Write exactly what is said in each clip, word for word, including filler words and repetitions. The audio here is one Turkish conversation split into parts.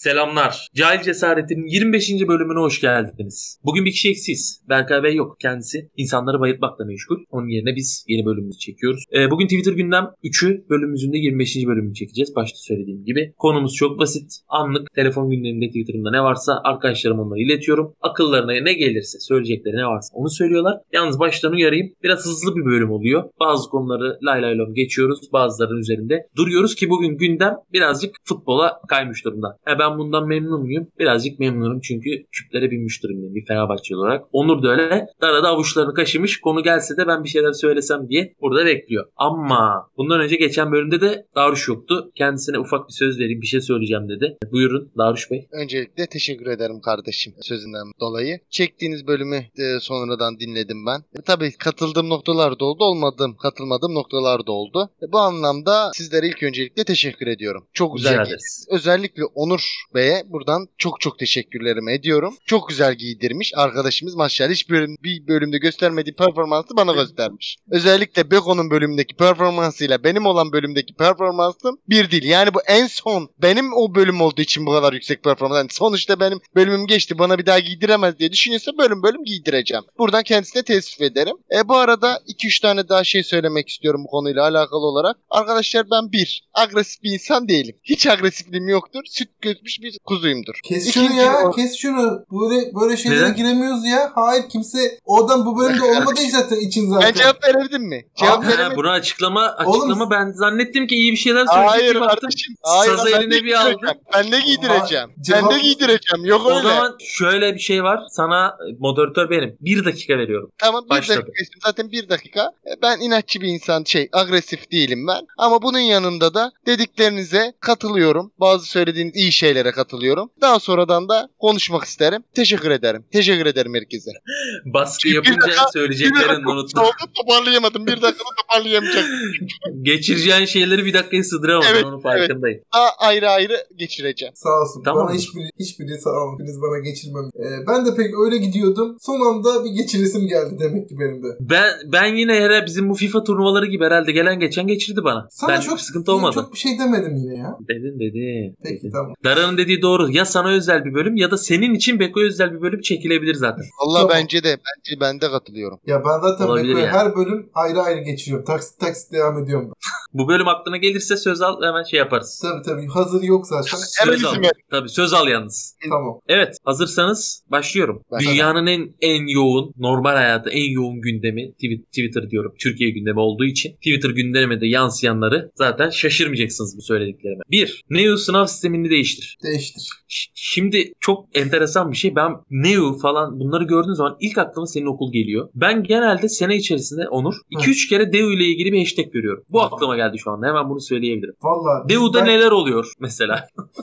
Selamlar. Cahil Cesaret'in yirmi beşinci bölümüne hoş geldiniz. Bugün bir kişi eksiyiz. Berkay Bey yok. Kendisi insanları bayıltmakla meşgul. Onun yerine biz yeni bölümümüzü çekiyoruz. Ee, bugün Twitter gündem üçü bölümümüzün de yirmi beşinci bölümünü çekeceğiz. Başta söylediğim gibi. Konumuz çok basit. Anlık telefon gündeminde Twitter'ımda ne varsa arkadaşlarım onları iletiyorum. Akıllarına ne gelirse, söyleyecekleri ne varsa onu söylüyorlar. Yalnız baştan uyarayım. Biraz hızlı bir bölüm oluyor. Bazı konuları lay lay lom geçiyoruz. Bazılarının üzerinde duruyoruz ki bugün gündem birazcık futbola kaymış durumda. E ben bundan memnun muyum? Birazcık memnunum çünkü küplere binmiş durumdayım bir Fenerbahçeli olarak. Onur da öyle. Darada avuçlarını kaşımış. Konu gelse de ben bir şeyler söylesem diye burada bekliyor. Ama bundan önce geçen bölümde de Daruş yoktu. Kendisine ufak bir söz vereyim, bir şey söyleyeceğim dedi. Buyurun Daruş Bey. Öncelikle teşekkür ederim kardeşim sözünden dolayı. Çektiğiniz bölümü e, sonradan dinledim ben. E, tabii katıldığım noktalar da oldu, olmadığım, katılmadığım noktalar da oldu. E, bu anlamda sizlere ilk öncelikle teşekkür ediyorum. Çok güzel giydiniz. Özellikle Onur Bey'e buradan çok çok teşekkürlerimi ediyorum. Çok güzel giydirmiş. Arkadaşımız maşallah hiç bölüm, bir bölümde göstermediği performansı bana göstermiş. Özellikle Beko'nun bölümündeki performansıyla benim olan bölümdeki performansım bir değil. Yani bu en son benim o bölüm olduğu için bu kadar yüksek performans. Yani sonuçta benim bölümüm geçti. Bana bir daha giydiremez diye düşünüyorsa bölüm bölüm giydireceğim. Buradan kendisine teessüf ederim. E bu arada iki üç tane daha şey söylemek istiyorum bu konuyla alakalı olarak. Arkadaşlar ben bir, agresif bir insan değilim. Hiç agresifliğim yoktur. Süt götmüş bir kuzuyumdur. Kes şunu İkinci ya, o... kes şunu. Böyle böyle şeylere Neden? giremiyoruz ya. Hayır kimse oradan bu bölümde olmadı zaten için zaten. Ben cevap verebildim mi? Cevap Aa, veremedim. Buna açıklama açıklama Oğlum, ben zannettim ki iyi bir şeyler söyleyecek. Hayır kardeşim. Hayır, Sazı eline bir aldı. Ben de giydireceğim. Aa, cevap... Ben de giydireceğim. Yok o öyle. O zaman şöyle bir şey var. Sana moderatör benim. Bir dakika veriyorum. Tamam bir Başladı. dakika. Zaten bir dakika. Ben inatçı bir insan şey agresif değilim ben. Ama bunun yanında da dediklerinize katılıyorum. Bazı söylediğiniz iyi şeylere katılıyorum. Daha sonradan da konuşmak isterim. Teşekkür ederim. Teşekkür ederim herkese. Baskı yapınca dakika, söyleyeceklerini unuttum. Toparlayamadım. Bir dakikada toparlayamayacağım. Geçireceğin şeyleri bir dakikaya sığdıramadın. Evet, onun farkındayım. Evet. Daha ayrı ayrı geçireceğim. Sağ olsun. Tamam. Bana hiçbiri, hiçbiri sağ olun. Biriniz bana geçirmem. Ee, ben de pek öyle gidiyordum. Son anda bir geçiresim geldi demek ki benim de. Ben ben yine herhalde bizim bu FIFA turnuvaları gibi herhalde gelen geçen geçirdi bana. Sana ben çok sıkıntı olmadı. Çok bir şey demedim yine ya. Dedin dedin. Peki dedin. Tamam. Dara'nın dediği doğru. Ya sana özel bir bölüm ya da senin için Beko'ya özel bir bölüm çekilebilir zaten. Allah tamam. bence de. Bence ben de katılıyorum. Ya ben zaten Beko'ya yani. her bölüm ayrı ayrı geçiriyorum. Taksit taksit devam ediyorum. Bu bölüm aklına gelirse söz al hemen şey yaparız. Tabii tabii. Hazır yok zaten. söz al. Tabii söz al yalnız. Tamam. Evet. Hazırsanız başlıyorum. Ben Dünyanın en en yoğun, normal hayatı en yoğun gündemi Twitter diyorum. Türkiye gündemi olduğu için Twitter gündemine de yansıyanları zaten şaşırmayacaksınız bu söylediklerime. Bir. N E U sınav sistemini değiştir. Değiştir. Ş- şimdi çok enteresan bir şey. Ben N E U falan bunları gördüğüm zaman ilk aklıma senin okul geliyor. Ben genelde sene içerisinde Onur iki üç kere D E U ile ilgili bir hashtag görüyorum. Bu aklıma geldi şu anda. Hemen bunu söyleyebilirim. Vallahi D E U'da ben... neler oluyor mesela?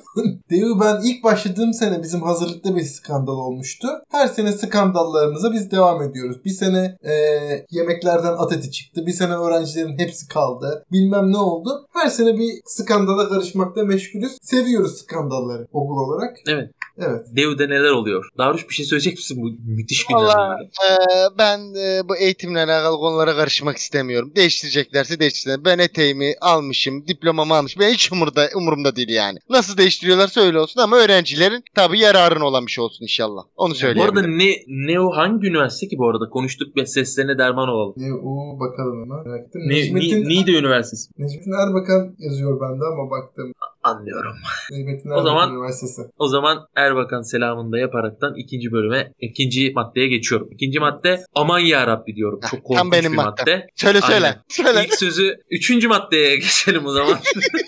D E U ben ilk başladığım sene bizim hazırlıkta bir skandal olmuştu. Her sene skandallarımıza biz devam ediyoruz. Bir sene e, yemeklerden at eti çıktı. Bir sene öğrencilerin hepsi kaldı. Bilmem ne oldu. Her sene bir skandala karışmakta meşgulüz. Seviyoruz skandalları okul olarak. Evet. Evet. D E U'da neler oluyor? Daruş bir şey söyleyecek misin bu müthiş gündemde? Valla e, ben e, bu eğitimle alakalı konulara karışmak istemiyorum. Değiştireceklerse değiştirsinler. Ben eteğimi almışım, diplomamı almışım. Ben hiç umurda, umurumda değil yani. Nasıl değiştiriyorlarsa öyle olsun ama öğrencilerin tabii yararına olan bir şey olsun inşallah. Onu söyleyebilirim. Bu arada ne, ne o hangi üniversite ki bu arada? Konuştuk ve seslerine derman olalım. Ne o bakalım hemen. Merak ettim. Ne, Necmettin, Niğde Üniversitesi. Necmettin Erbakan yazıyor bende ama baktım. Anlıyorum. Necmettin Erbakan o zaman, Üniversitesi. O zaman Erbakan selamını da yaparaktan ikinci bölüme, ikinci maddeye geçiyorum. İkinci madde aman yarabbi diyorum. Çok korkunç Tam benim bir madde. madde. Söyle söyle. söyle. İlk sözü üçüncü maddeye geçelim o zaman.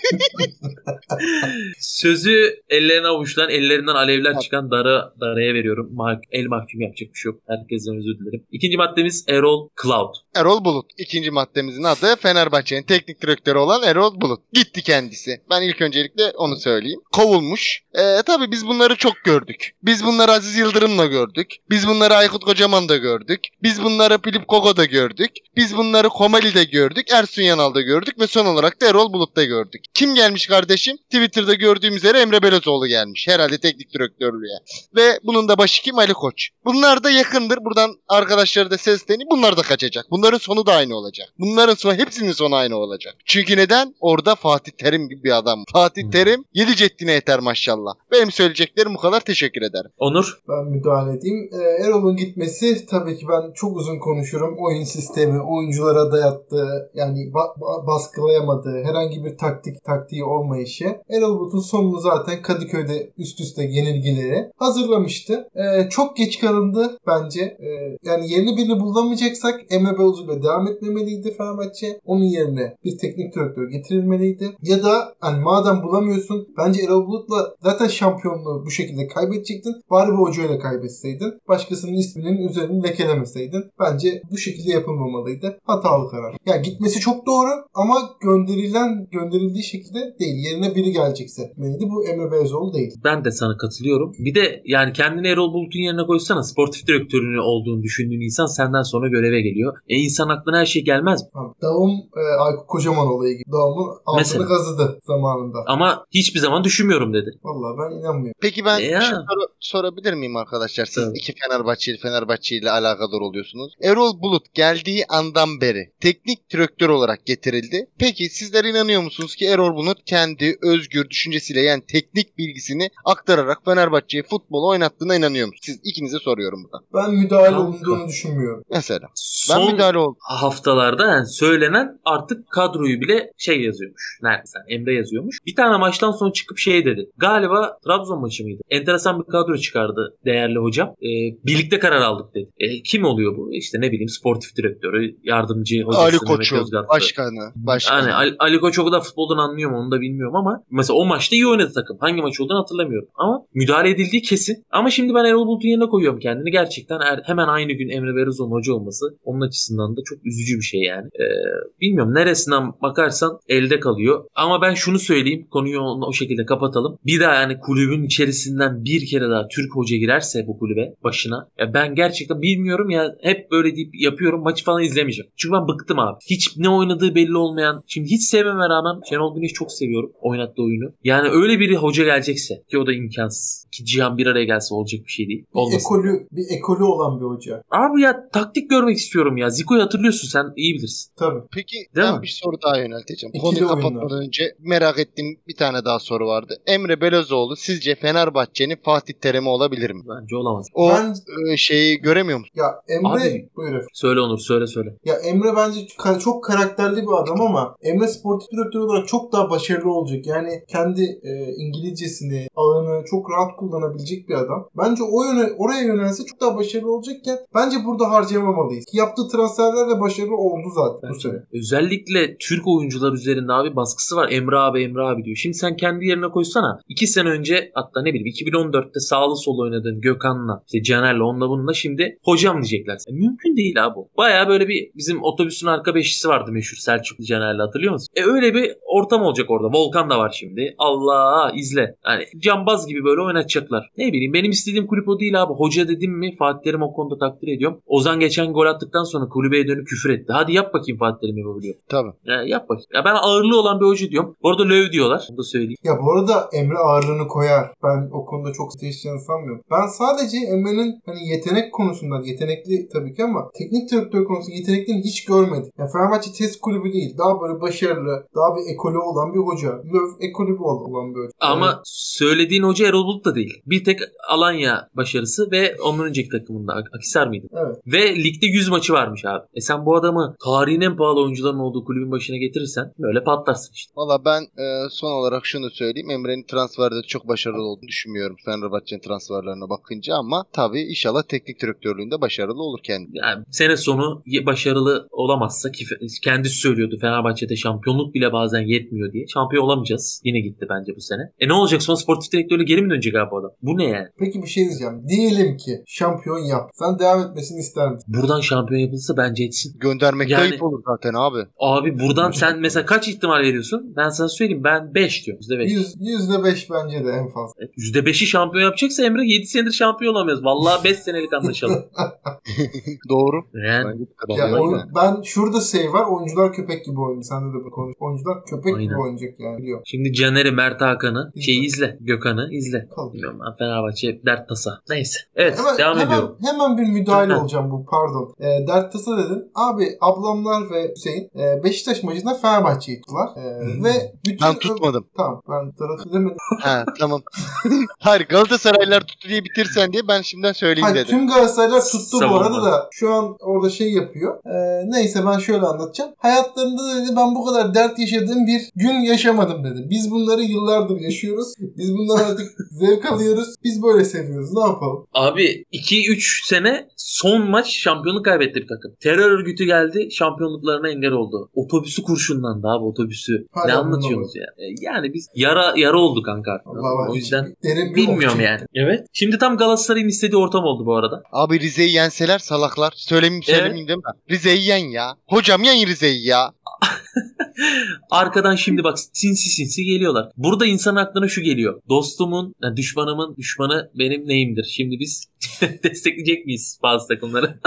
Sözü ellerine avuçlayan, ellerinden alevler çıkan Dara, Dara'ya veriyorum. Ma- el mahkum yapacak bir şey yok. Herkesten özür dilerim. İkinci maddemiz Erol Cloud. Erol Bulut. İkinci maddemizin adı Fenerbahçe'nin teknik direktörü olan Erol Bulut. Gitti kendisi. Ben ilk öncelikle onu söyleyeyim. Kovulmuş. Ee, tabii biz bunları çok çok gördük. Biz bunları Aziz Yıldırım'la gördük. Biz bunları Aykut Kocaman'da gördük. Biz bunları Filip Kogo'da gördük. Biz bunları Komali'de gördük. Ersun Yanal'da gördük ve son olarak da Erol Bulut'ta gördük. Kim gelmiş kardeşim? Twitter'da gördüğümüz üzere Emre Belözoğlu gelmiş. Herhalde teknik direktörlüğe. Ve bunun da başı kim? Ali Koç. Bunlar da yakındır. Buradan arkadaşları da sesleneyim. Bunlar da kaçacak. Bunların sonu da aynı olacak. Bunların sonu, hepsinin sonu aynı olacak. Çünkü neden? Orada Fatih Terim gibi bir adam. Fatih hmm. Terim yedi ceddine yeter maşallah. Benim söyleyeceklerim bu kadar. Teşekkür ederim. Onur? Ben müdahale edeyim. Ee, Erol'un gitmesi tabii ki ben çok uzun konuşurum. Oyun sistemi, oyunculara dayattığı, yani ba- ba- baskılayamadığı, herhangi bir taktik taktiği olmayışı. Erol Bulut'un sonunu zaten Kadıköy'de üst üste yenilgileri hazırlamıştı. Ee, çok geç kalındı bence. Ee, yani yerini birini bulamayacaksak Emre Belözoğlu'yla devam etmemeliydi Fenerbahçe. Onun yerine bir teknik direktör getirilmeliydi. Ya da hani madem bulamıyorsun, bence Erol Bulut'la zaten şampiyonluğu bu şekilde kaybedecektin. Bari bir hocayla kaybetseydin. Başkasının isminin üzerini lekelemeseydin. Bence bu şekilde yapılmamalıydı. Hatalı karar. Ya gitmesi çok doğru ama gönderilen gönderildiği şekilde değil. Yerine biri gelecekse. Neydi? Bu Emre Belözoğlu değil. Ben de sana katılıyorum. Bir de yani kendini Erol Bulut'un yerine koysana, sportif direktörünü olduğunu düşündüğün insan senden sonra göreve geliyor. E insan aklına her şey gelmez mi? Abi, Davum e, Aykut Kocaman olayı gibi. Davum'un altını Mesela. kazıdı zamanında. Ama hiçbir zaman düşünmüyorum dedi. Vallahi ben inanmıyorum. Peki ben e bir şey sor- sorabilir miyim arkadaşlar? Siz evet. iki Fenerbahçeli Fenerbahçe ile alakadar oluyorsunuz. Erol Bulut geldiği andan beri teknik direktör olarak getirildi. Peki sizler inanıyor musunuz ki Erol Bulut kendi özgür düşüncesiyle, yani teknik bilgisini aktararak Fenerbahçe'yi futbol oynattığına inanıyor musunuz? Siz ikinize soruyorum burada. Ben müdahale olunduğunu düşünmüyorum. Mesela. Son ben müdahale oldum. haftalarda yani söylenen artık kadroyu bile şey yazıyormuş. Neredeyse Emre yazıyormuş. Bir tane maçtan sonra çıkıp şey dedi. Galiba Trabzon maçı mıydı? Enteresan bir kadro çıkardı değerli hocam. Ee, birlikte karar aldık dedi. Ee, kim oluyor bu? İşte ne bileyim sportif direktörü, yardımcı hocası. Ali Koç'u, başkanı. başkanı. Yani Ali, Ali Koç o kadar futboldan anlıyor mu onu da bilmiyorum ama mesela o maçta iyi oynadı takım. Hangi maç olduğunu hatırlamıyorum. Ama müdahale edildiği kesin. Ama şimdi ben Erol Bulut'un yerine koyuyorum kendini. Gerçekten er, hemen aynı gün Emre Belözoğlu'nun hoca olması onun açısından da çok üzücü bir şey yani. Ee, bilmiyorum neresinden bakarsan elde kalıyor. Ama ben şunu söyleyeyim. Konuyu o, o şekilde kapatalım. Bir daha yani kulübün içerisinden bir kere daha Türk hoca girerse bu kulübe başına, ya ben gerçekten bilmiyorum ya, hep böyle deyip yapıyorum, maçı falan izlemeyeceğim. Çünkü ben bıktım abi. Hiç ne oynadığı belli olmayan, şimdi hiç sevmeme rağmen Şenol Güneş'i çok seviyorum oynattığı oyunu. Yani öyle bir hoca gelecekse ki o da imkansız. Ki Cihan bir araya gelse olacak bir şey değil. Bir ekolü, bir ekolü olan bir hoca. Abi ya taktik görmek istiyorum ya. Zico'yu hatırlıyorsun sen, iyi bilirsin. Tabii. Peki Değil ben mi? bir soru daha yönelteceğim. İkili Konuyu oyunlar. kapatmadan önce merak ettiğim bir tane daha soru vardı. Emre Belözoğlu sizce Fenerbahçe'nin Fatih Terim'i olabilir mi? Bence olamaz. O Ben... e, şeyi göremiyor musun? Ya Emre... Abi, buyur efendim. Söyle Onur, söyle söyle. Ya Emre bence çok karakterli bir adam ama Emre sportif direktör olarak çok daha başarılı olacak. Yani kendi e, İngilizcesini, ağını çok rahat kullanabilecek bir adam. Bence o yöne, oraya yönelse çok daha başarılı olacakken bence burada harcamamalıyız. Yaptığı transferlerle başarılı oldu zaten bu sene. Özellikle Türk oyuncular üzerinde abi baskısı var. Emre abi Emre abi diyor. Şimdi sen kendi yerine koysana. iki sene önce, hatta ne bileyim iki bin on dörtte sağlı sol oynadığın Gökhan'la, işte Caner'le, onunla bununla şimdi hocam diyecekler. E, mümkün değil abi bu. Baya böyle bir bizim otobüsün arka beşlisi vardı meşhur Selçuklu Caner'le, hatırlıyor musun? E öyle bir ortam olacak orada. Volkan da var şimdi. Allah izle. Yani cambaz gibi böyle oynatacaklar. Ne bileyim, benim istediğim kulüp o değil abi. Hoca dedim mi Fatih Terim o konuda takdir ediyorum. Ozan geçen gol attıktan sonra kulübeye dönüp küfür etti. Hadi yap bakayım Fatih Terim yapabiliyor. Tabii. Ya, yap bakayım. Ya ben ağırlığı olan bir hoca diyorum. Bu arada löv diyorlar. Onu da söyleyeyim. Ya bu arada Emre ağırlığını koyar. Ben o konuda çok değişeceğini sanmıyorum. Ben sadece Emre'nin hani yetenek konusundan, yetenekli tabii ki ama teknik direktör konusunda yeteneklerini hiç görmedim. Yani Fenerbahçe test kulübü değil. Daha böyle başarılı, daha bir ekolü olan bir hoca. Löv ekolü olan bir hoca. Ama yani... söylediğin hoca Erol Bulut da değil. Bir tek Alanya başarısı ve ondan önceki takımında Akhisar mıydı? Evet. Ve ligde yüz maçı varmış abi. E sen bu adamı tarihin en pahalı oyuncuların olduğu kulübün başına getirirsen böyle patlarsın işte. Valla ben e, son olarak şunu söyleyeyim. Emre'nin transferde çok başarılı olduğunu düşünmüyorum Fenerbahçe'nin transferlerine bakınca, ama tabii inşallah teknik direktörlüğünde başarılı olur kendi. Yani sene sonu başarılı olamazsa, ki kendisi söylüyordu Fenerbahçe'de şampiyonluk bile bazen yetmiyor diye. Şampiyon olamayacağız. Yine gitti bence bu sene. E ne olacak, sonra sportif direktörlüğe geri mi dönecek abi bu adam? Bu ne yani? Peki bir şey diyeceğim. Diyelim ki şampiyon yap. Sen devam etmesini ister misin? Buradan şampiyon yapılsa bence etsin. Göndermek yani, ayıp olur zaten abi. Abi buradan sen mesela kaç ihtimal veriyorsun? Ben sana söyleyeyim, ben beş diyorum. yüzde beş. yüzde beş bence de en fazla. Evet, yüzde yüzde beşi şampiyon yapacaksa Emre yedi senedir şampiyon olamıyoruz. Vallahi beş senelik anlaşalım. Doğru. Yani. Ya oyun, ben şurada şey var. Oyuncular köpek gibi oynuyor. Sen de de konuş. Oyuncular köpek Aynen. gibi oynayacak yani. Biliyorum. Şimdi Caner'i, Mert Hakan'ı, şeyi izle. Gökhan'ı izle. Kaldı. Bilmiyorum ben Fenerbahçe dert tasa. Neyse. Evet hemen, devam hemen, ediyorum. Hemen bir müdahale olacağım bu pardon. E, dert tasa dedin. Abi ablamlar ve Hüseyin e, Beşiktaş maçında Fenerbahçe'yi tuttular. E, Hmm. ve bütün Ben tutmadım. Tamam ben tarafı demedim. Ha tamam. Hayır Galatasaraylılar tuttu diye bitirsen diye ben şimdiden söyleyeyim Hayır, dedim. tüm Galatasaraylar tuttu Savunma. bu arada da şu an orada şey yapıyor. Ee, neyse ben şöyle anlatacağım. Hayatlarında da dedi ben bu kadar dert yaşadığım bir gün yaşamadım dedi. Biz bunları yıllardır yaşıyoruz. Biz bundan artık zevk alıyoruz. Biz böyle seviyoruz. Ne yapalım? Abi iki üç sene son maç şampiyonluk kaybetti bir takım. Terör örgütü geldi şampiyonluklarına engel oldu. Otobüsü kurşunlandı abi otobüsü. Hala ne anlatıyorsunuz ya? E, Yani biz yara yara olduk kanka. Allah O yüzden derin bir bilmiyorum okçu. yani. Evet. Şimdi tam Galatasaray'ın istediği ortam oldu bu arada. Abi Rize'yi yenseler salaklar. Söylemeyeyim söylemeyeyim değil mi? Rize'yi yen ya. Hocam yen Rize'yi ya. Arkadan şimdi bak sinsi sinsi geliyorlar. Burada insan aklına şu geliyor. Dostumun, yani düşmanımın düşmanı benim neyimdir? Şimdi biz destekleyecek miyiz bazı takımları?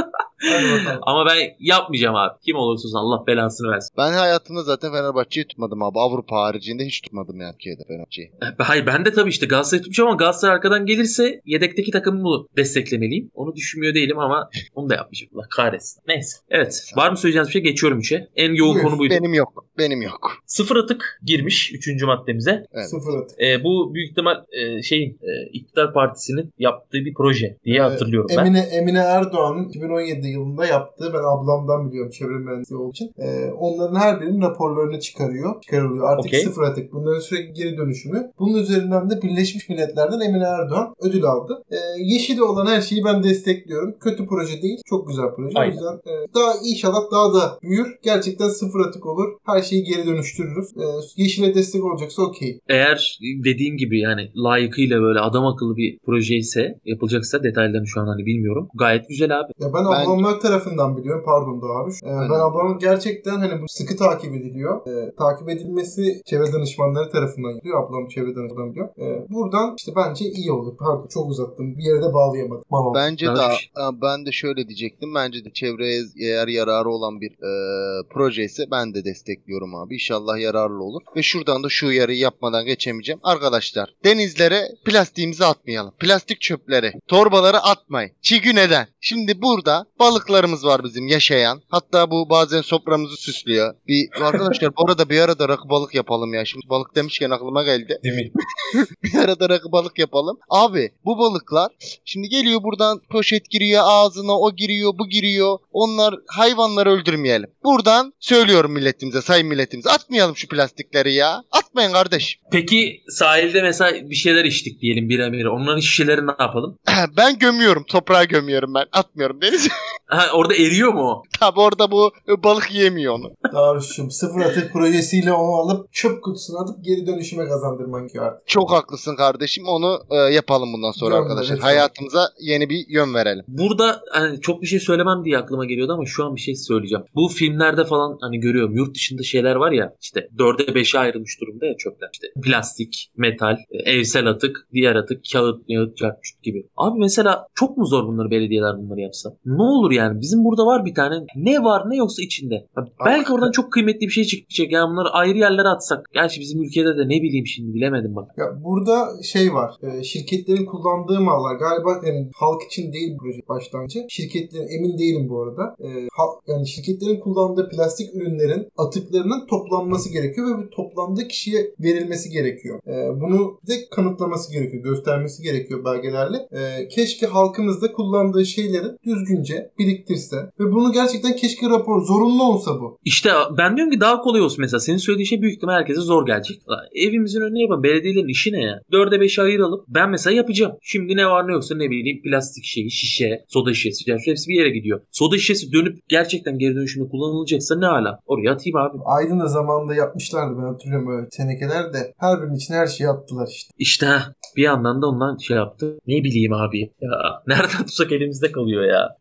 Ama ben yapmayacağım abi. Kim olursa olsun Allah belasını versin. Ben hayatımda zaten Fenerbahçe'yi tutmadım abi. Avrupa haricinde hiç tutmadım yani Türkiye'de Fenerbahçe'yi. Hayır ben de tabii işte Galatasaray'ı tutmuşum ama Galatasaray arkadan gelirse yedekteki takımımı desteklemeliyim. Onu düşünmüyor değilim ama onu da yapmayacağım. Allah kahretsin. Neyse. Evet. Var mı söyleyeceğiniz bir şey? Geçiyorum üçe. En yoğun Buyur. konu buydu. Benim yok. Benim yok. Sıfır atık girmiş üçüncü maddemize. Evet. Sıfır at. E, bu büyük ihtimal e, şeyin e, İktidar Partisi'nin yaptığı bir proje diye Ee, hatırlıyorum ben. Emine, Emine Erdoğan'ın iki bin on yedi yılında yaptığı, ben ablamdan biliyorum çevre mühendisliği olduğu için. Ee, onların her birinin raporlarını çıkarıyor. Çıkarılıyor. Artık Okay. sıfır atık. Bunların sürekli geri dönüşümü. Bunun üzerinden de Birleşmiş Milletler'den Emine Erdoğan ödül aldı. Ee, yeşili olan her şeyi ben destekliyorum. Kötü proje değil. Çok güzel proje. Aynen. O yüzden e, daha inşallah daha da büyür. Gerçekten sıfır atık olur. Her şeyi geri dönüştürürüz. Ee, yeşile destek olacaksa okey. Eğer dediğim gibi yani layıkıyla böyle adam akıllı bir proje ise yapılacaksa detaylarını şu an hani bilmiyorum. Gayet güzel abi. Ya ben, Ben- ablamlar tarafından biliyorum. Pardon Daruş. Ee, ben ablamın gerçekten hani bu sıkı takip ediliyor. Ee, takip edilmesi çevre danışmanları tarafından gidiyor. Ablam çevre danışmanı biliyor. Ee, buradan işte bence iyi olur. Pardon çok uzattım. Bir yere de bağlayamadım. Tamam. Bence Ben- de ben de şöyle diyecektim. Bence de çevreye eğer yararı olan bir e, proje ise ben de destekliyorum abi. İnşallah yararlı olur. Ve şuradan da şu uyarıyı yapmadan geçemeyeceğim. Arkadaşlar denizlere plastiğimizi atmayalım. Plastik çöpleri, torbaları atmayın. Çünkü neden? Şimdi burada balıklarımız var bizim yaşayan. Hatta bu bazen soframızı süslüyor. Bir arkadaşlar bu arada bir arada rakı balık yapalım ya. Şimdi balık demişken aklıma geldi. Değil mi? Bir arada rakı balık yapalım. Abi bu balıklar şimdi geliyor buradan poşet giriyor ağzına, o giriyor bu giriyor. Onlar hayvanları öldürmeyelim. Buradan söylüyorum milletimize, sayın milletimize, atmayalım şu plastikleri ya. Atmayın kardeş. Peki sahilde mesela bir şeyler içtik diyelim bira bira. Onların şişeleri ne yapalım? Ben gömüyorum, toprağa gömüyorum ben. Atmıyorum denize. Ha, orada eriyor mu o? Tabi orada bu balık yemiyor onu. Darüş'üm sıfır atık projesiyle onu alıp çöp kutusuna atıp geri dönüşüme kazandırman gerekiyor artık. Çok haklısın kardeşim. Onu e, yapalım bundan sonra Yön arkadaşlar. verelim. Hayatımıza yeni bir yön verelim. Burada hani çok bir şey söylemem diye aklıma geliyordu ama şu an bir şey söyleyeceğim. Bu filmlerde falan hani görüyorum yurt dışında şeyler var ya işte dörde beşe ayrılmış durumda ya çöpler. İşte plastik, metal, evsel atık, diğer atık, kağıt, yağıt, çarpçut gibi. Abi mesela çok mu zor bunları belediyeler bunları yapsa? Ne olur yani bizim burada var bir tane ne var ne yoksa içinde. Ya belki oradan çok kıymetli bir şey çıkacak. Yani bunları ayrı yerlere atsak. Gerçi bizim ülkede de ne bileyim şimdi bilemedim bak. Ya burada şey var. E, şirketlerin kullandığı mallar galiba yani halk için değil bu proje başlangıcı. Şirketlerin emin değilim bu arada. E, ha- yani şirketlerin kullandığı plastik ürünlerin atıklarının toplanması gerekiyor ve bu toplandığı kişiye verilmesi gerekiyor. E, bunu de kanıtlaması gerekiyor. Göstermesi gerekiyor belgelerle. E, keşke halkımız da kullandığı şeyleri düzgünce biriktirse ve bunu gerçekten keşke rapor zorunlu olsa bu. İşte ben diyorum ki daha kolay olsun mesela. Senin söylediğin şey büyük ihtimal herkese zor gelecek. Evimizin önüne yapalım. Belediyelerin işi ne ya? Dörde beşe ayıralım. Ben mesela yapacağım. Şimdi ne var ne yoksa ne bileyim plastik şeyi, şişe, soda şişesi. Yani hepsi bir yere gidiyor. Soda şişesi dönüp gerçekten geri dönüşümde kullanılacaksa ne ala? Oraya atayım abi. Aydın'da zamanında yapmışlardı ben hatırlıyorum öyle tenekeler de her birinin içine her şeyi attılar işte. İşte bir yandan da ondan şey yaptı. Ne bileyim abi. Ya nereden tutsak elimizde kalıyor ya. Bu arada sıfır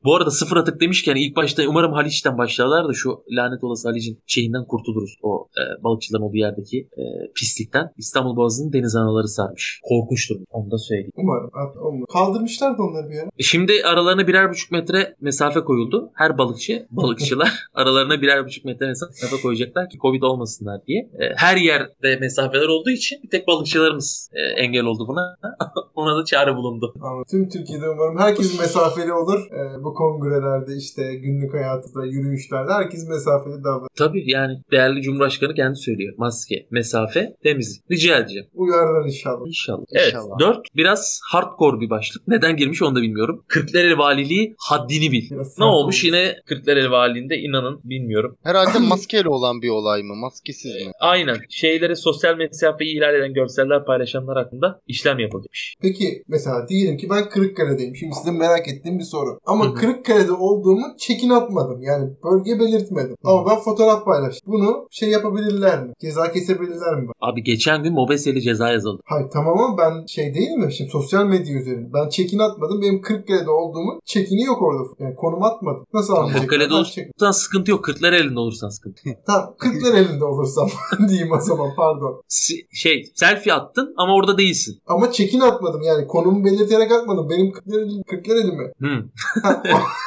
sıfır atık demişken ilk başta umarım Haliç'ten başlarlar da şu lanet olası Haliç'in şeyinden kurtuluruz. O e, balıkçıların olduğu yerdeki e, pislikten. İstanbul Boğazı'nın deniz anaları sarmış. Korkunç durum. Onu da söyleyeyim. Umarım. Umarım. Kaldırmışlar da onları bir ara. Şimdi aralarına birer buçuk metre mesafe koyuldu. Her balıkçı, balıkçılar aralarına birer buçuk metre mesafe koyacaklar ki Covid olmasınlar diye. E, her yerde mesafeler olduğu için bir tek balıkçılarımız e, engel oldu buna. Ona da çare bulundu. Ama tüm Türkiye'de umarım herkes mesafeli olur. Ee, bu kongrelerde işte günlük hayatta, yürüyüşlerde herkes mesafeli davranır. Tabii yani değerli Cumhurbaşkanı kendi söylüyor. Maske, mesafe, temizlik. Rica edeceğim. Uyarlar inşallah. İnşallah. Evet. İnşallah. dört Biraz hardcore bir başlık. Neden girmiş onu da bilmiyorum. Kırklareli Valiliği haddini bil. Biraz Ne olmuş olmuş. yine Kırklareli Valiliğinde inanın bilmiyorum. Herhalde maskeyle olan bir olay mı? Maskesiz mi? Aynen. Şeylere sosyal mesafeyi ihlal eden görseller paylaşanlar hakkında işlem yapılmış. Peki mesela diyelim ki ben Kırıkkale'deyim. Şimdi size merak ettiğim bir soru. Ama Hı hı. Kırıkkale'de olduğumu check-in atmadım. Yani bölge belirtmedim. Ama ben fotoğraf paylaştım. Bunu şey yapabilirler mi? Ceza kesebilirler mi? Abi geçen gün Mobese'li ceza yazıldı. Hayır tamam ama ben şey değil mi? Şimdi sosyal medya üzerinde. Ben check-in atmadım. Benim Kırıkkale'de olduğumun check-in'i yok orada. Yani konum atmadım. Nasıl anlayacaklar? Kırklareli'de Ben check- olursan sıkıntı yok. Kırklareli'nde olursan sıkıntı. Tamam. Kırklareli'nde olursam diyeyim o zaman pardon. Si- şey selfie attın ama orada değilsin. Ama check-in atmadım yani. Konumu belirterek atmadım. Benim Kırklareli, Kırklareli mi? Hı. Ha,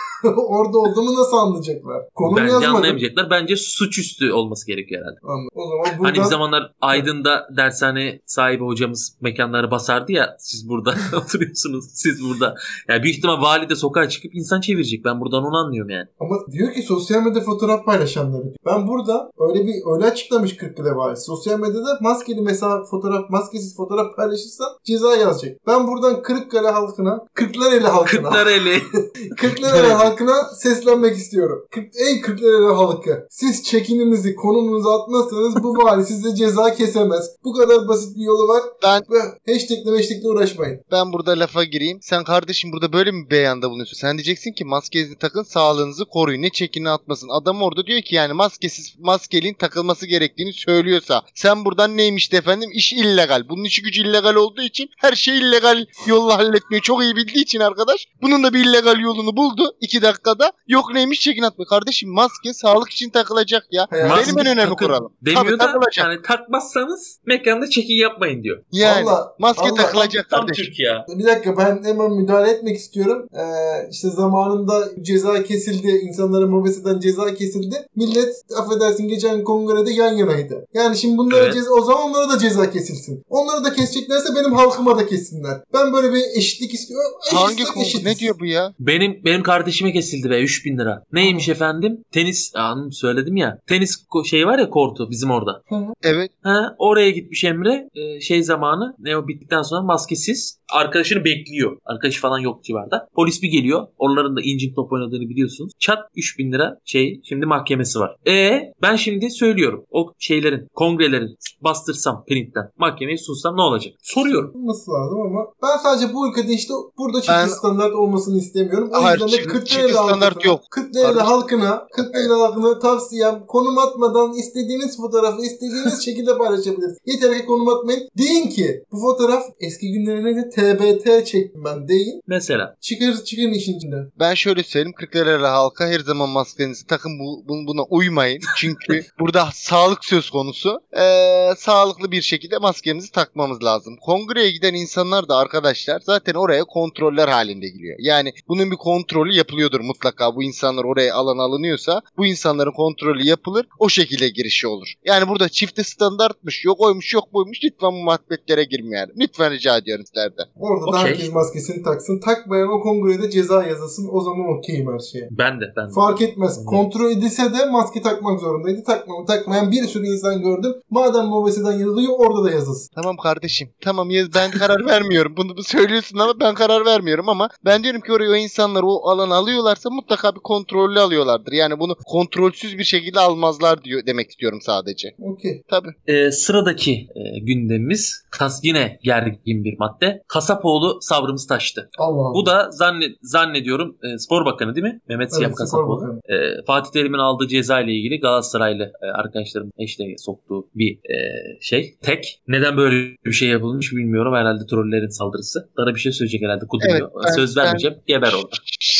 orada olduğumu nasıl anlayacaklar? Konum Bence yazmadım. anlayamayacaklar. Bence suçüstü olması gerekiyor herhalde. Anladım. O zaman buradan... Hani bir zamanlar Aydın'da dershane sahibi hocamız mekanları basardı ya, siz burada oturuyorsunuz, siz burada. Yani büyük ihtimal vali de sokağa çıkıp insan çevirecek. Ben buradan onu anlıyorum yani. Ama diyor ki sosyal medya fotoğraf paylaşanları diyor. Ben burada öyle bir öyle açıklamış Kırıkkale valisi. Sosyal medyada maskeli mesela fotoğraf, maskesiz fotoğraf paylaşırsan ceza yazacak. Ben buradan Kırıkkale halkına, Kırklareli halkına, Kırklareli. Kırklareli halkına seslenmek istiyorum. Kırk, ey Kırklareli halkı, siz çekinimizi, konumunuzu atmazsanız bu vali size ceza kesemez. Bu kadar basit bir yolu var. Ben Ve hashtagle hashtagle uğraşmayın. ben burada lafa gireyim. Sen kardeşim burada böyle mi bir beyanda bulunuyorsun? Sen diyeceksin ki maskenizi takın, sağlığınızı koruyun. Ne çekini atmasın. Adam orada diyor ki yani maskesiz maskeliğin takılması gerektiğini söylüyorsa sen buradan neymiş de efendim iş illegal. Bunun işi gücü illegal olduğu için her şeyi illegal yolla halletmeyi çok iyi bildiği için arkadaş bunun da bir illegal yolunu buldu. iki dakikada yok neymiş çekin atma. Kardeşim maske sağlık için takılacak ya. Hayır, Benim en önemli takın kuralım. demiyor Tabii da takılacak. yani takmazsanız mekanda çekin yapmayın diyor. Yani Allah- maske Allah- takılacak Tam kardeşim. Türk ya. Bir dakika ben hemen müdahale etmek istiyorum. Ee, işte zamanında ceza kesildi. İnsanlara mobeseden ceza kesildi. Millet affedersin geçen kongrede yan yanaydı. Yani şimdi bunlara Evet. ceza, o zaman onlara da ceza kesilsin. Onları da keseceklerse benim halkıma da kessinler. Ben böyle bir eşitlik istiyorum. Hangi Eşitsek konu? eşitiz. Ne diyor bu ya? Benim benim kardeşime kesildi be üç bin lira. Neymiş efendim? Tenis anım söyledim ya. Tenis ko- şey var ya kortu bizim orada. Hı hı. Evet. Ha, oraya gitmiş Emre. Ee, şey zamanı ne o bittikten sonra maskesiz arkadaşını bekliyor. Arkadaşı falan yok civarda. Polis bir geliyor. Onların da incin top oynadığını biliyorsunuz. Çat üç bin lira şey şimdi mahkemesi var. E ben şimdi söylüyorum. O şeylerin kongrelerin bastırsam printten mahkemeye sunsam ne olacak? Soruyorum. Olması lazım ama ben sadece bu ülkede işte burada çift Ben- standart olmasını istemiyorum. O Hayır, yüzden de çift- Kırklareli çift standart halkına, yok. Kırklareli Kardeşim. halkına, Kırklareli halkına tavsiyem konum atmadan istediğiniz fotoğrafı istediğiniz şekilde paylaşabilirsiniz. Yeter ki konum atmayın. Deyin ki bu fotoğraf eski günlerine de T B T çektim ben deyin. Mesela. Çıkır çıkın işin içinden. Ben şöyle söyleyeyim. Kırklareli halka her zaman maskenizi takın. Bu, bu- buna uymayın. Çünkü burada sağlık söz konusu. Ee, sağlıklı bir şekilde maskemizi takmamız lazım. Kongreye giden insanlar da arkadaşlar zaten oraya kontroller halinde giriyor. Yani bunun bir kontrolü yapılıyordur mutlaka. Bu insanlar oraya alan alınıyorsa bu insanların kontrolü yapılır. O şekilde girişi olur. Yani burada çifte standartmış, yok oymuş, yok buymuş. Lütfen bu muhabbetlere girmeyelim. Lütfen rica ediyorum sizlerden. Orada da Okey. herkes maskesini taksın. Takmayan o kongrede ceza yazılsın. O zaman okeyim her şeye. Ben de ben de. Fark etmez. Evet. Kontrol edilse de maske takmak zorundaydı. Takmam, takmayan bir sürü insan gördüm. Madem mobeseden yazılıyor orada da yazılsın. Tamam kardeşim. Tamam ya ben karar vermiyorum. Bunu bu söylüyorsun ama ben karar vermiyorum ama ben diyorum ki oraya o insanlar o alanı alıyorlarsa mutlaka bir kontrollü alıyorlardır. Yani bunu kontrolsüz bir şekilde almazlar diyor demek istiyorum sadece. Okey. Tabii. Ee, sıradaki e, gündemimiz kas, yine gergin bir madde. Kasapoğlu sabrımız taştı. Allah Allah. Bu da zannet, zannediyorum e, Spor Bakanı değil mi? Mehmet Siyam Evet, Spor Kasapoğlu. Bakanı. E, Fatih Terim'in aldığı ceza ile ilgili Galatasaraylı e, arkadaşlarım hashtag'e soktuğu bir e, şey. Tek. Neden böyle bir şey yapılmış bilmiyorum. Herhalde trollerin saldırısı. Bana bir şey söyleyecek herhalde. Kuduruyor. Evet, ben- Söz vermeyeceğim. Geber orada. Şu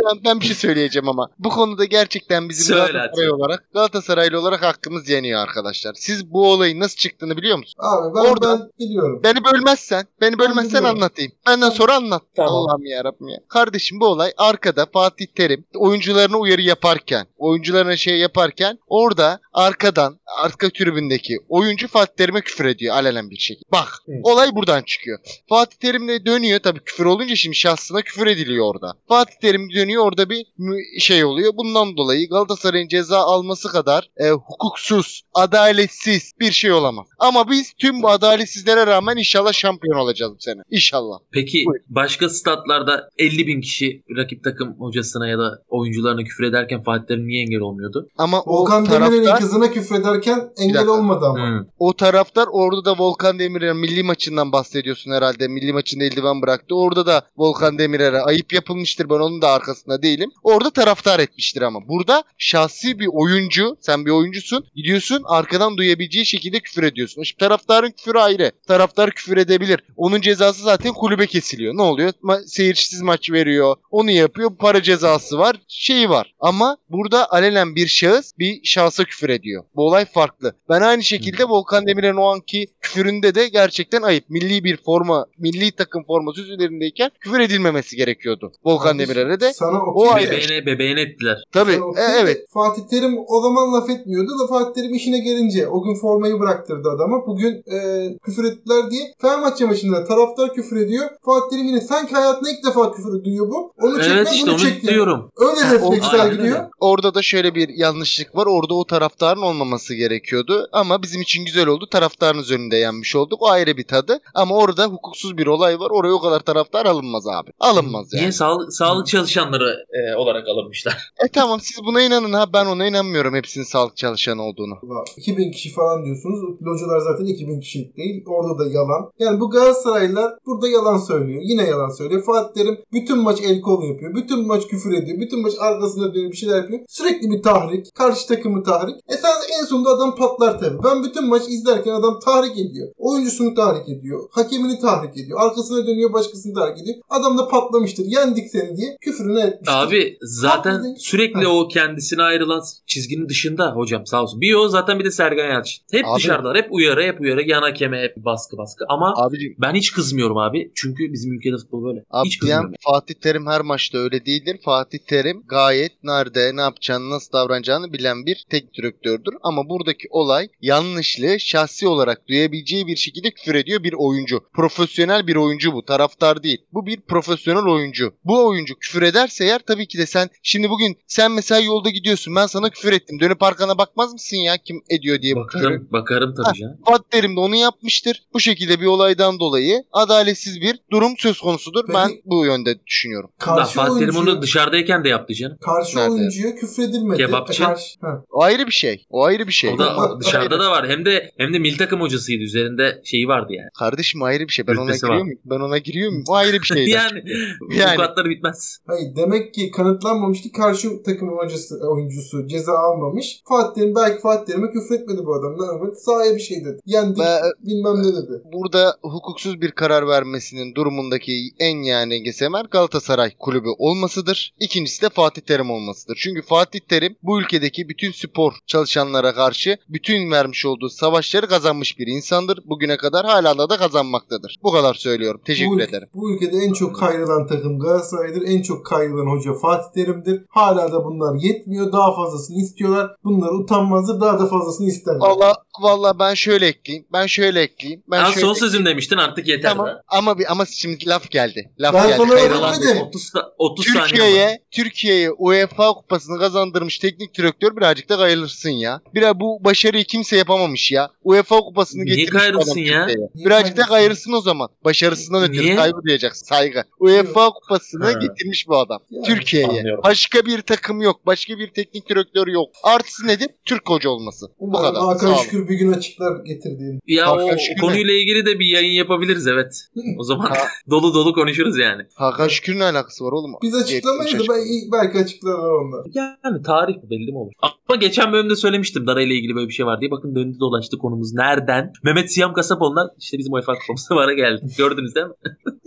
ben, ben bir şey söyleyeceğim ama. Bu konuda gerçekten bizim Söyle Galatasaray hadi. olarak, Galatasaraylı olarak hakkımız yeniyor arkadaşlar. Siz bu olayın nasıl çıktığını biliyor musunuz? Abi ben, Orada- ben biliyorum. Beni bölmezsen, beni bölmezsen biliyorum. anlatayım. Benden sonra anlat. Tamam. Allah'ım yarabbim ya. Kardeşim bu olay arkada Fatih Terim oyuncularına uyarı yaparken, oyuncularına şey yaparken orada arkadan, arka tribündeki oyuncu Fatih Terim'e küfür ediyor alenen bir şekilde. Bak, Hı. olay buradan çıkıyor. Fatih Terim de dönüyor, tabii küfür olunca şimdi şahsına küfür ediliyor orada. Fatih Terim dönüyor, orada bir mü- şey oluyor. Bundan dolayı Galatasaray'ın ceza alması kadar e, hukuksuz, adaletsiz bir şey olamaz. Ama biz tüm bu adaletsizlere rağmen inşallah şampiyon olacağız bu sene. İnşallah. Peki Buyur. başka statlarda elli bin kişi rakip takım hocasına ya da oyuncularına küfür ederken Fatih Terim niye engel olmuyordu? Ama Volkan o Demirel'in taraftar, kızına küfrederken engel dakika. olmadı ama. Hmm. o taraftar orada da Volkan Demirel'e milli maçından bahsediyorsun herhalde. Milli maçında eldiven bıraktı. Orada da Volkan Demirel'e ayıp yapılmıştır. Ben onun da arkasında değilim. Orada taraftar etmiştir ama. Burada şahsi bir oyuncu, sen bir oyuncusun. Gidiyorsun arkadan duyabileceği şekilde küfür ediyorsun. Şimdi taraftarın küfürü ayrı. Taraftar küfür edebilir. Onun cezası zaten kulübe kesiliyor. Ne oluyor? Ma- seyircisiz maç veriyor. Onu yapıyor. Para cezası var. Şeyi var. Ama burada alenen bir şahıs bir şahsa küfür ediyor. Bu olay farklı. Ben aynı şekilde Volkan Demirel'in o anki küfüründe de gerçekten ayıp. Milli bir forma, milli takım forması üzerindeyken küfür edilmemesi gerekiyordu. Volkan Kardeşim, Demirel'e de sana o okey ayrı. de- Bebeğine, bebeğine ettiler. tabii sana e, okey de evet. Fatih Terim o zaman laf etmiyordu da Fatih Terim işine gelince o gün formayı bıraktırdı adama. Bugün e, küfür ettiler diye Fenerbahçe maçında taraftar küfür ediyor. Fatih Terim yine sanki hayatında ilk defa küfür duyuyor bu. Onu çekme Evet işte bunu onu çek diyor. diyorum. Öyle Ha, o- refleksler aynen gidiyor. öyle. Orada da şöyle bir yanlışlık var. Orada o taraftarın olmaması gerekiyordu. Ama bizim için güzel oldu. Taraftarınız önünde yenmiş olduk. O ayrı bir tadı. Ama orada hukuksuz bir olay var. Oraya o kadar taraftar alınmaz abi. Alınmaz yani. Niye sağlık, sağlık çalışanları e, olarak alınmışlar? E tamam, siz buna inanın ha. Ben ona inanmıyorum hepsinin sağlık çalışanı olduğunu. iki bin kişi falan diyorsunuz. Localar zaten iki bin kişilik değil. Orada da yalan. Yani bu Galatasaraylılar burada yalan söylüyor. Yine yalan söylüyor. Fatih Terim bütün maç el kol yapıyor. Bütün maç küfür ediyor. Bütün maç arkasına dönüyor bir şeyler yapıyor. Sürekli bir tahrik. Karşı takımı tahrik. E sen en sonunda adam patlar tabii. Ben bütün maç izlerken adam tahrik ediyor. Oyuncusunu tahrik ediyor. Hakemini tahrik ediyor. Arkasına dönüyor başkasını tahrik ediyor. Adam da patlamıştır. Yendik seni diye küfrünü etmiştir. Abi zaten Haklı değil. sürekli Heh. o kendisine ayrılan çizginin dışında hocam sağ olsun. Bir o zaten bir de Sergen Yalçın. Hep Abi- dışarıdalar. Hep uyarı hep uyarı. Yan hakeme hep baskı baskı. Ama Abicim, ben hiç kızmıyorum abi. Çünkü bizim ülkede futbol böyle. abi hiç diyen kızmıyorum. Fatih Terim her maçta öyle değildir. Fatih Terim gayet nerede, ne yapacağını, nasıl davranacağını bilen bir tek direktördür. Ama buradaki olay yanlışlığı şahsi olarak duyabileceği bir şekilde küfür ediyor bir oyuncu. Profesyonel bir oyuncu bu. Taraftar değil. Bu bir profesyonel oyuncu. Bu oyuncu küfür ederse eğer tabii ki de sen şimdi bugün sen mesela yolda gidiyorsun. Ben sana küfür ettim. Dönüp arkana bakmaz mısın ya kim ediyor diye bu küfürü? Bakarım, bakarım tabii canım. Fatih Terim de onu yapmıştır. Bu şekilde bir olaydan dolayı adaletsiz bir durum söz konusudur. Peki- Ben bu yönde düşünüyorum. Daha Karşı Fatih Terim oyuncuya, onu dışarıdayken de yaptı canım. karşı Nerede? oyuncuya küfredilmedi. Kebapçı. E, Karşı, ha. O ayrı bir şey. O ayrı bir şey. O da Bak, dışarıda da var. Hem de hem de milli takım hocasıydı. Üzerinde şeyi vardı yani. Kardeşim ayrı bir şey. Ben ona Rütbesi giriyor var. muyum? Ben ona giriyor muyum? O ayrı bir şey. yani Yani. bu katları bitmez. Hayır, demek ki kanıtlanmamış ki karşı takımın hocası, oyuncusu ceza almamış. Fatih Terim belki Fatih Terim'e küfretmedi bu adam. Ne yapmadı? Sahaya bir şey dedi. Yendik Ben- bilmem ne dedi. Burada hukuksuz bir karar vermesinin durumundaki en yani engesemer Galatasaray kulübü olmasıdır. İkincisi de Fatih Terim olmasıdır. Çünkü Fatih Terim bu ülkedeki bütün spor çalışanlara karşı bütün vermiş olduğu savaşları kazanmış bir insandır. Bugüne kadar hala da kazanmaktadır. Bu kadar söylüyorum. Teşekkür bu, ederim. Bu ülkede en çok kayrılan takım Galatasaray'dır. En çok kayrılan hoca Fatih Terim'dir. Hala da bunlar yetmiyor. Daha fazlasını istiyorlar. Bunlar utanmazdır. Daha da fazlasını isterler. Valla valla ben şöyle ekleyeyim. Ben şöyle ekleyeyim. Ben Ya şöyle son ekleyeyim. sözüm demiştin artık yeter. Tamam. be. Ama bir ama şimdi laf geldi. Laf Ben geldi. sana Kayrılan öyle dedim. dedi. otuz, sa- otuz saniye var. Türkiye'ye Türkiye'ye UEFA kupasını kazandırmış teknik direktör birazcık da kayılırsın ya. Biraz bu başarıyı kimse yapamamış ya. UEFA kupasını Niye getirmiş bu adam kayılırsın ya? Türkiye'ye. Niye Birazcık da kayılırsın? kayırsın o zaman. Başarısından ötürü Niye? saygı duyacaksın. Saygı. UEFA kupasını Ha. getirmiş bu adam. Yani Türkiye'ye. anlıyorum. Başka bir takım yok. Başka bir teknik direktör yok. Artısı nedir? Türk hoca olması. Bu Umarım kadar. Sağ Hakan olun. Şükür bir gün açıklar getirdiğini. Ya o, Hakan o Şükür konuyla ilgili de bir yayın yapabiliriz evet. O zaman Ha. dolu dolu konuşuruz yani. Hakan Şükür'ün ne alakası var oğlum? Biz açıklamayız da Geçmiş ben- belki açıklarlar onlar. Yani tarih bu belli mi olur? Ama geçen bölümde söylemiştim Dara ile ilgili böyle bir şey var diye. Bakın döndü dolaştı konumuz. Nereden? Mehmet Siyam Kasapoğlu'ndan işte bizim UEFA kupamıza vara geldi. Gördünüz değil mi?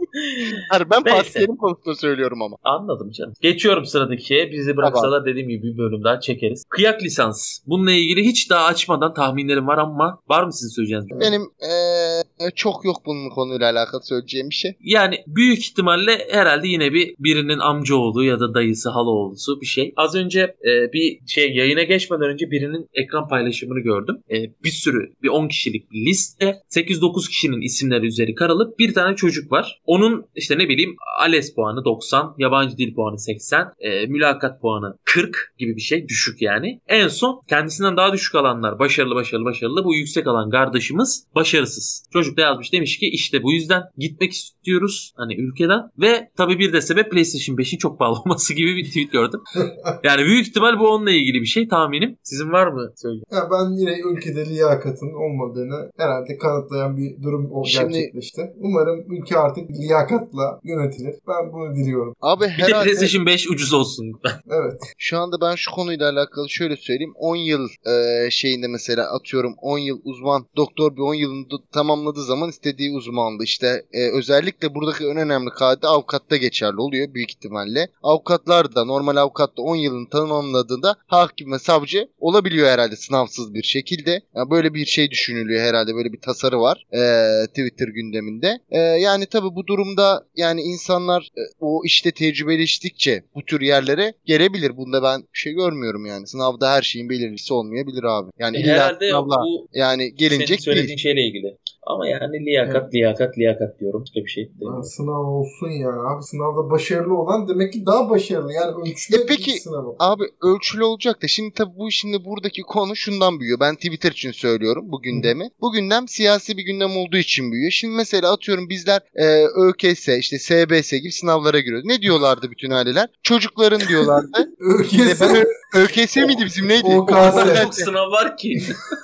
Hayır, ben Neyse. Fatih Terim konusunda söylüyorum ama. Anladım canım. Geçiyorum sıradaki. Bizi bıraksalar dediğim gibi bir bölüm daha çekeriz. Kıyak lisans. Bununla ilgili hiç daha açmadan tahminlerim var ama var mı sizin söyleyeceğiniz? Benim ee, çok yok bunun konuyla alakalı söyleyeceğim bir şey. Yani büyük ihtimalle herhalde yine bir birinin amcaoğlu ya da dayısı, halaoğlusu bir şey. Az önce e, bir şey yayına geçmeden önce birinin ekran paylaşımını gördüm. E, bir sürü bir on kişilik bir liste. sekiz dokuz kişinin isimleri üzeri karalıp bir tane çocuk var. Onun işte ne bileyim ALES puanı doksan, yabancı dil puanı seksen, e, mülakat puanı kırk gibi bir şey, düşük yani. En son kendisinden daha düşük alanlar başarılı başarılı başarılı, bu yüksek alan kardeşimiz başarısız. Çocuk da yazmış, demiş ki işte bu yüzden gitmek istiyoruz hani ülkeden ve tabii bir de sebep PlayStation beşin çok pahalı olması gibi bir tweet gördüm. Yani büyük ihtimal bu onunla ilgili bir şey, tahminim. Sizin var mı? Söyleyin. Ya ben yine ülkede liyakatın olmadığını herhalde kanıtlayan bir durum o Şimdi, gerçekleşti. Umarım ülke artık liyakatla yönetilir. Ben bunu diliyorum. Abi Bir herhalde... de PlayStation beş ucuz olsun. Evet. Şu anda ben şu konuyla alakalı şöyle söyleyeyim. on yıl e, şeyinde mesela atıyorum on yıl uzman doktor bir on yılını tamamladığı zaman istediği uzmanlığı işte e, özellikle buradaki en önemli kaide avukatta geçerli oluyor büyük ihtimalle. Avukatlar da normal avukatta on yılını tamamladığında hakim ve savcı olabiliyor herhalde sınavsız bir şekilde. Yani böyle bir şey düşünülüyor herhalde, böyle bir tasarı var e, Twitter gündeminde. E, yani tabii bu durumda yani insanlar e, o işte tecrübeleştikçe bu tür yerlere gelebilir. Bunda ben bir şey görmüyorum yani. Sınavda her şeyin belirlisi olmayabilir abi. Yani illa Herhalde sınavla bu yani gelinecek senin söylediğin değil. şeyle ilgili. Ama yani liyakat, Evet. liyakat, liyakat diyorum. Başka bir şey değil. Ya sınav olsun yani. Abi sınavda başarılı olan demek ki daha başarılı. Yani ölçüle E peki, bir sınav. Abi ölçülü olacak da şimdi tabii bu şimdi buradaki konu şundan büyüyor. Ben Twitter için söylüyorum bu gündemi. Bu gündem siyasi bir gündem olduğu için büyüyor. Şimdi mesela atıyorum bizler e, ÖKS işte S B S gibi sınavlara giriyoruz. Ne diyorlardı bütün aileler? Çocukların diyorlardı. ÖKS. ben Ö- ÖKS miydi bizim neydi? O K S. O kadar çok sınav var ki.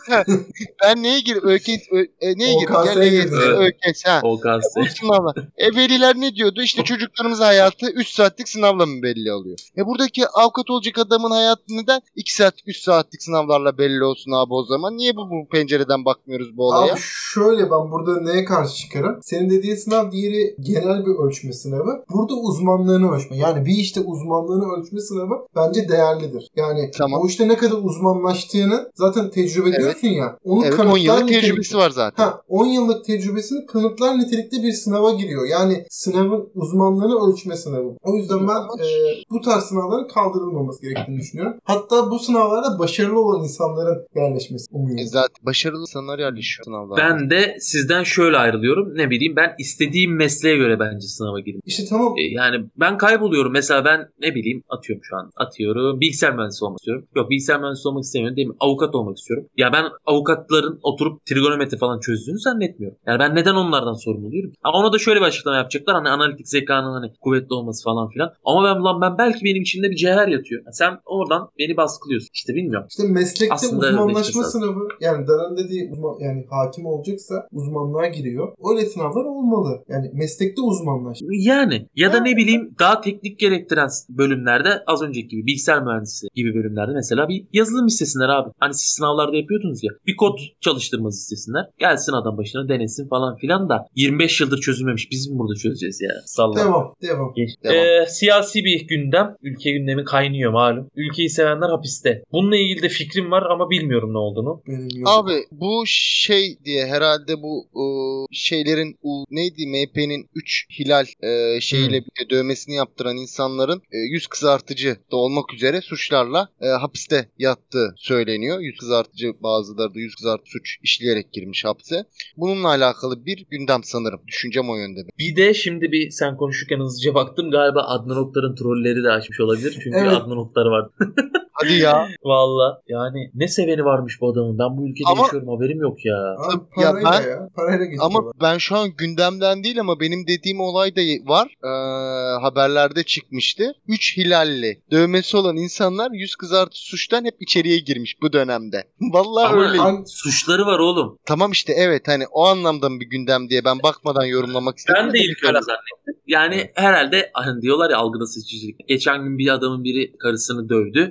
Ben neye gir ÖKS Ö- e, neye gir? O K S'ye girdi. ÖKS ha. O K S. Bu sınavlar. E veliler ne diyordu? İşte çocuklarımız hayatı üç saatlik sınavla mı belli oluyor? E buradaki avukat olacak adamın hayatı neden iki saat üç saatlik sınavlarla belli olsun abi o zaman? Niye bu, bu pencereden bakmıyoruz bu olaya? Abi şöyle, ben burada neye karşı çıkarım? Senin dediğin sınav, diğeri genel bir ölçme sınavı. Burada uzmanlığını ölçme. Yani bir işte uzmanlığını ölçme sınavı bence değerlidir. Yani Tamam. o işte ne kadar uzmanlaştığını zaten tecrübe Evet. ediyorsun ya. Onu Evet, kanıtlar on yıllık nitelikte. tecrübesi var zaten. Ha, on yıllık tecrübesini kanıtlar nitelikte bir sınava giriyor. Yani sınavın uzmanlığını ölçme sınavı. O yüzden ben e, bu tarz sınavların kaldırılmaması gerektiğini düşünüyorum. Hatta bu sınavlarda başarılı olan insanların yerleşmesi umuyorum. E zaten başarılı insanlar yerleşiyor sınavlarda. Ben de sizden şöyle ayrılıyorum. Ne bileyim, ben istediğim mesleğe göre bence sınava girdim. İşte tamam. E, yani ben kayboluyorum. Mesela ben ne bileyim atıyorum şu an. Atıyorum bilgisayar mühendisi olmak istiyorum. Yok, bilgisayar mühendisi olmak istemiyorum değil mi? Avukat olmak istiyorum. Ya ben avukatların oturup trigonometri falan çözdüğünü zannetmiyorum. Yani ben neden onlardan sorumluyum? Ama ona da şöyle bir açıklama yapacaklar. Hani analitik zekanın hani kuvvetli olması falan filan. Ama ben lan ben belki benim içimde bir cevher yatıyor. Yani sen oradan beni baskılıyorsun. İşte bilmiyorum. İşte meslekte Aslında uzmanlaşma öyle sınavı, yani Dara'nın dediği uzman, yani hakim olacaksa uzmanlığa giriyor. Öyle sınavlar olmalı. Yani meslekte uzmanlaş. Yani ya da ne bileyim daha teknik gerektiren bölümlerde, az önceki gibi bilgisayar mühendisi gibi bölümlerde mesela bir yazılım istesinler abi. Hani siz sınavlarda yapıyordunuz ya. Bir kod çalıştırmanızı istesinler. Gelsin adam başına denesin falan filan da yirmi beş yıldır çözülmemiş. Biz mi burada çözeceğiz ya? Salla. Devam. Devam. Geç. Devam. Ee, siyasi bir gündem. Ülke gündemi kaynıyor malum. Ülkeyi sevenler hapiste. Bununla ilgili de fikrim var ama bilmiyorum ne olduğunu. Benim yok. Abi bu şey diye herhalde bu o, şeylerin o, neydi M H P'nin üç hilal e, şeyiyle Hmm. birlikte dövmesini yaptıran insanların e, yüz kızartıcı da olmak üzere suçlarla e, hapiste yattığı söyleniyor. Yüz kızartıcı, bazıları da yüz kızartıcı suç işleyerek girmiş hapse. Bununla alakalı bir gündem sanırım. Düşüncem o yönde. Bir de şimdi bir sen konuşurken hızlıca baktım. Galiba Adnan Oktar'ın trolleri de açmış olabilir. Çünkü Evet. Adnan Oktar var. Hadi ya. Valla yani ne seveni varmış bu adamın. Ben bu ülkede Ama- yaşıyorum, haberim yok ya. Abi Ya parayla ben- ya. Parayla geçiyorlar. Ama ben şu an gündemden değil ama benim dediğim olay da var. Ee, haberlerde çıkmıştı. Üç hilalli dövmesi olan insanlar yüz kızartıcı suçtan hep içeriye girmiş bu dönemde. Vallahi Ama öyle. Hangi- suçları var oğlum. Tamam işte evet, hani o anlamda bir gündem diye ben bakmadan yorumlamak istedim. Ben de ilk öyle zannettim. Yani herhalde hani diyorlar ya, algıda seçicilik. Geçen gün bir adamın biri karısını dövdü. Polis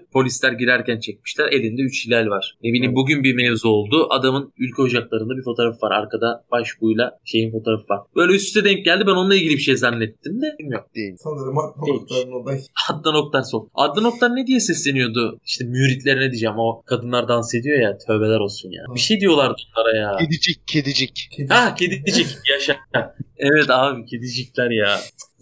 polisler girerken çekmişler. Elinde üç hilal var. Ne bileyim, bugün bir mevzu oldu. Adamın ülke ocaklarında bir fotoğrafı var. Arkada başbuğuyla şeyin fotoğrafı var. Böyle üst üste denk geldi. Ben onunla ilgili bir şey zannettim de. Bilmiyorum. Değil. Sanırım Adnan Oktar'ın olayı. Adnan Oktar sol. Adnan Oktar ne diye sesleniyordu? İşte müritlerine diyeceğim. O kadınlar dans ediyor ya. Tövbeler olsun ya. Ha. Bir şey diyorlardı onlara ya. Kedicik, kedicik. Kedi. Ha, kedicik. Yaşa. Evet abi, kedicikler ya.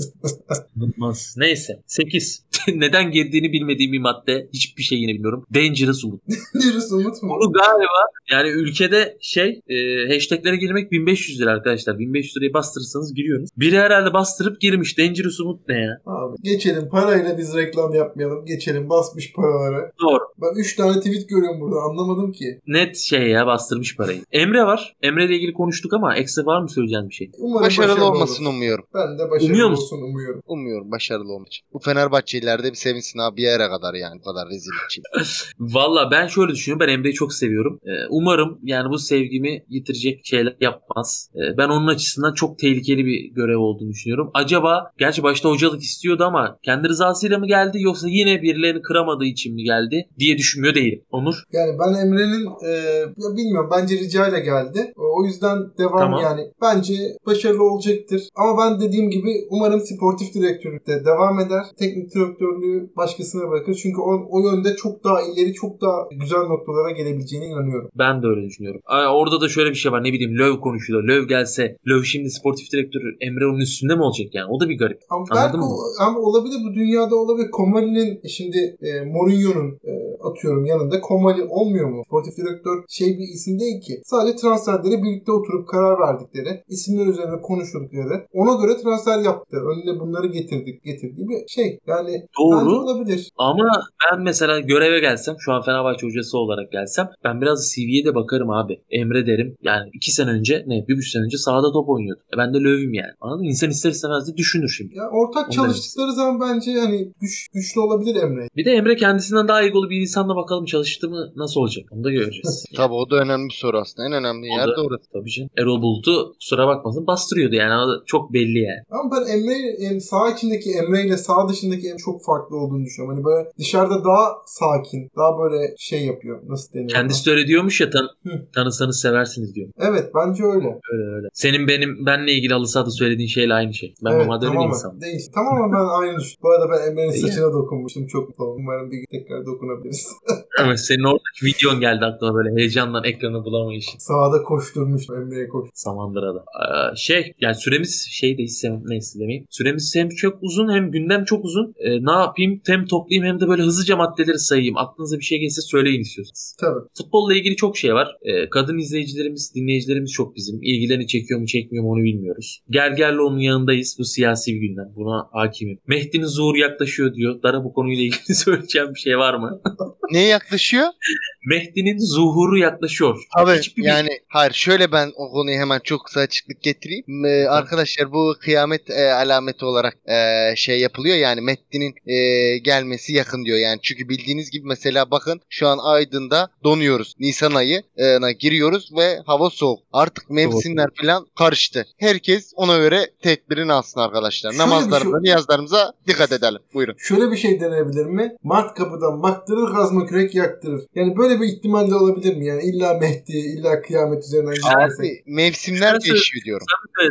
Unutmaz. Neyse. sekiz. Neden girdiğini bilmediğim bir madde. Hiçbir şey yine bilmiyorum. Dangerous Umut. Dangerous Umut mu? Bunu galiba yani ülkede şey e, hashtaglere girmek bin beş yüz lira arkadaşlar. bin beş yüz lirayı bastırırsanız giriyorsunuz. Biri herhalde bastırıp girmiş. Dangerous Umut ne ya? Abi geçelim, parayla biz reklam yapmayalım. Geçelim, basmış paraları. Doğru. Ben üç tane tweet görüyorum burada, anlamadım ki. Net şey ya, bastırmış parayı. Emre var. Emre ile ilgili konuştuk ama ekstra var mı söyleyeceğin bir şey? Umarım Başarılı olmasını olur. umuyorum. Ben de başarılı Umuyor musun? olsun umuyorum. Umuyorum başarılı olmak için. Bu Fenerbahçeliler de bir sevinsin abi, bir yere kadar yani. Bu kadar rezillikçi. Valla ben şöyle düşünüyorum. Ben Emre'yi çok seviyorum. Ee, umarım yani bu sevgimi yitirecek şeyler yapmaz. Ee, ben onun açısından çok tehlikeli bir görev olduğunu düşünüyorum. Acaba gerçi başta hocalık istiyordu ama kendi rızasıyla mı geldi yoksa yine birilerini kıramadığı için mi geldi diye düşünmüyor değilim. Onur? Yani ben Emre'nin e, ya bilmiyorum, bence ricayla geldi. O yüzden devam Tamam. yani. Bence başarılı olacaktır. Ama ben dediğim gibi umarım sportif direktörlükte devam eder. Teknik direktörlüğü başkasına bırakır. Çünkü o, o yönde çok daha ileri, çok daha güzel noktalara gelebileceğine inanıyorum. Ben de öyle düşünüyorum. Aa, orada da şöyle bir şey var. Ne bileyim, Löw konuşuyor. Löw gelse, Löw şimdi sportif direktör, Emre onun üstünde mi olacak yani? O da bir garip. Ama Anladın belki mı? o- ama olabilir, bu dünyada olabilir. Komali'nin şimdi e, Mourinho'nun e, atıyorum yanında Komali olmuyor mu? Sportif direktör şey bir isim değil ki. Sadece transferlere birlikte oturup karar verdikleri, isimler üzerine konuştukları, ona göre transfer yaptıkları, önüne bunları getirdik getirdiği bir şey. Yani Doğru. bence olabilir. Ama ben mesela göreve gelsem, şu an Fenerbahçe hocası olarak gelsem, ben biraz C V'ye de bakarım abi. Emre derim. Yani iki sene önce, ne bir buçuk sene önce sahada top oynuyordu. E ben de Löw'üm yani. Anladın mı? İnsan ister istemez de düşünür şimdi. Ya ortak Onu çalıştıkları zaman bence hani güç, güçlü olabilir Emre. Bir de Emre kendisinden daha egolu bir insanla bakalım çalıştı mı nasıl olacak? Onu da göreceğiz. Tabii o da önemli bir soru aslında. En önemli O yer da- de orası. Tabii canım. Erol Bulut'u kusura bakmasın bastırıyordu yani. O da çok belli yani. Ama ben Emre, em- sağ içindeki Emre ile sağ dışındaki Emre çok farklı olduğunu düşünüyorum. Hani böyle dışarıda daha sakin, daha böyle şey yapıyor. Nasıl deniyor? Kendisi de öyle diyormuş ya, tan Hı. tanısanız seversiniz diyor. Evet, bence öyle. Öyle öyle. Senin benim benle ilgili halı sahada söylediğin şeyle aynı şey. Ben evet, normalde öyle bir tamamen. insanım. Değil. Tamamen ben aynı düşünüyorum. Bu arada ben Emre'nin İyi. saçına dokunmuştum. Çok mutlu oldum. Umarım bir gün tekrar dokunabiliriz. Ama senin oradaki videon geldi aklıma, böyle heyecandan ekranı bulamayışın. Sağda koşturmuştum. Emre'ye koştum. Samandıra'da. Ee, şey yani süremiz şey de istemem, neyse demeyeyim. Süremiz hem çok uzun hem gündem çok uzun. Ee, ne yapayım? Hem toplayayım hem de böyle hızlıca maddeleri sayayım. Aklınıza bir şey gelirse söyleyin istiyorsanız. Tabii. Futbolla ilgili çok şey var. Ee, kadın izleyicilerimiz, dinleyicilerimiz çok bizim. İlgilerini çekiyor mu çekmiyor mu onu bilmiyoruz. Gergerlioğlu'nun yanındayız. Bu siyasi bir gündem. Buna hakimim. Mehdi'nin zuhuru yaklaşıyor diyor. Dara bu konuyla ilgili söyleyeceğim bir şey var mı? Neye yaklaşıyor? Mehdi'nin zuhuru yaklaşıyor. Abi Hiçbir yani hayır, şöyle ben o konuyu hemen çok kısa açıklık getireyim. Ee, arkadaşlar bu kıyamet e, alameti olarak e, şey yapılıyor yani Mehdi'nin e, gelmesi yakın diyor yani. Çünkü bildiğiniz gibi mesela bakın şu an Aydın'da donuyoruz. Nisan ayına giriyoruz ve hava soğuk. Artık mevsimler falan karıştı. Herkes ona göre tedbirini alsın arkadaşlar. Şöyle bir Namazlarımıza, şey- niyazlarımıza dikkat edelim. Buyurun. Şöyle bir şey deneyebilir mi? Mart kapıdan baktırır, kazma kürek yaktırır. Yani böyle bir ihtimal de olabilir mi? Yani illa Mehdi, illa kıyamet üzerinden gidersek. Abi mevsimler Nasıl- değişiyor diyorum.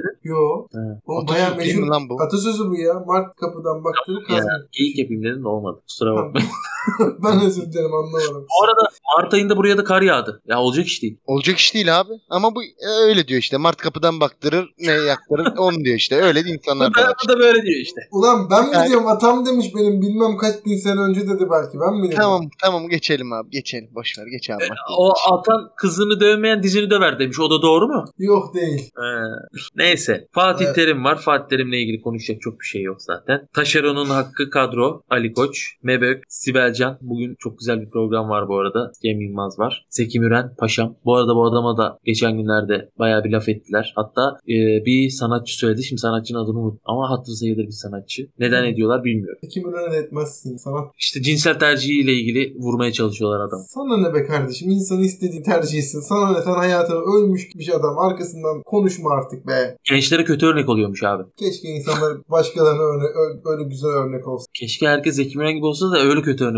Yo. Ha. O Atasözü bayağı değil mi meşhur. lan bu? Atasözü bu ya. Mart kapıdan baktırır, Ya, kazma. geyik yapayım dedim de olmadı. Kusura bakma. Ben özür dilerim, anlamadım. Bu arada Mart ayında buraya da kar yağdı. Ya olacak iş değil. Olacak iş değil abi. Ama bu e, öyle diyor işte. Mart kapıdan baktırır, ne yaktırır onu diyor işte. Öyle de insanlar da var. Bu da böyle diyor işte. Ulan ben mi Yani- diyorum, atam demiş benim bilmem kaç bin sene önce dedi belki, ben mi dedim? Tamam tamam geçelim abi. Geçelim. Boş ver geç abi. O atan kızını dövmeyen dizini döver demiş. O da doğru mu? Yok değil. He. Neyse. Fatih Evet. Terim var. Fatih Terim'le ilgili konuşacak çok bir şey yok zaten. Taşeron'un hakkı kadro. Ali Koç, Mebek, Sibel Can. Bugün çok güzel bir program var bu arada. Cem Yılmaz var. Zeki Müren, Paşam. Bu arada bu adama da geçen günlerde bayağı bir laf ettiler. Hatta e, bir sanatçı söyledi. Şimdi sanatçının adını unuttum. Ama hatırı sayılır bir sanatçı. Neden ediyorlar bilmiyorum. Kim öne etmezsin sana. İşte cinsel tercihiyle ilgili vurmaya çalışıyorlar adam. Sana ne be kardeşim? İnsanın istediği tercihsin. Sana ne? Sen hayatını ölmüş bir adam. Arkasından konuşma artık be. Gençlere kötü örnek oluyormuş abi. Keşke insanlar başkalarına örne- ö- öyle güzel örnek olsun. Keşke herkes Zeki Müren gibi olsa da öyle kötü örnek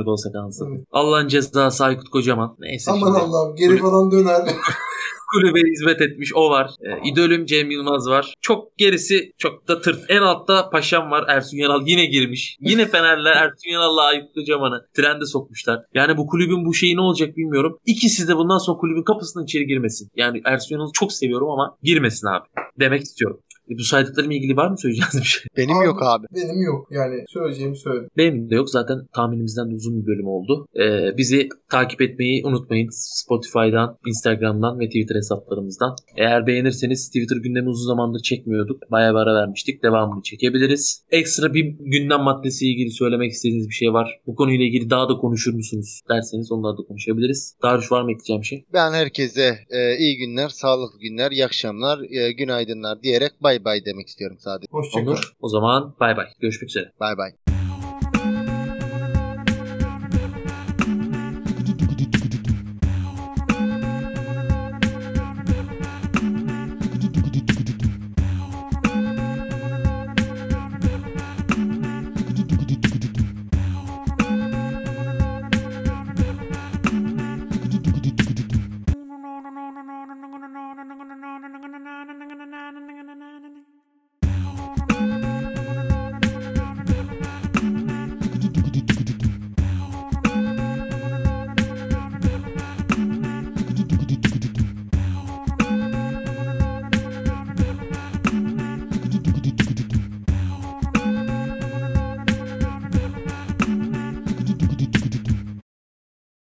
dönük olsak anasını. Evet. Allah'ın cezası Aykut Kocaman. Neyse Aman şimdi. Allah'ım geri falan döner. Kulübe hizmet etmiş o var. E, idolüm Cem Yılmaz var. Çok gerisi çok da tırt. En altta paşam var. Ersun Yanal yine girmiş. Yine Fenerler Ersun Yanal'la Aykut Kocaman'ı trende sokmuşlar. Yani bu kulübün bu şeyi ne olacak bilmiyorum. İkisi de bundan sonra kulübün kapısından içeri girmesin. Yani Ersun Yanal'ı çok seviyorum ama girmesin abi. Demek istiyorum. E, bu saydıklarımla ilgili var mı söyleyeceğiniz bir şey? Benim Abi, yok abi. Benim yok. Yani söyleyeceğimi söyledim. Benim de yok. Zaten tahminimizden de uzun bir bölüm oldu. Ee, bizi takip etmeyi unutmayın. Spotify'dan, Instagram'dan ve Twitter hesaplarımızdan. Eğer beğenirseniz Twitter gündemi uzun zamandır çekmiyorduk. Bayağı bir ara vermiştik. Devamını çekebiliriz. Ekstra bir gündem maddesiyle ilgili söylemek istediğiniz bir şey var. Bu konuyla ilgili daha da konuşur musunuz derseniz onları da konuşabiliriz. Darüş var mı ekleyeceğim şey? Ben herkese e, iyi günler, sağlıklı günler, iyi akşamlar, e, günaydınlar diyerek bay bay demek istiyorum sadece. Hoşçakalın. Olur. O zaman bay bay. Görüşmek üzere. Bay bay.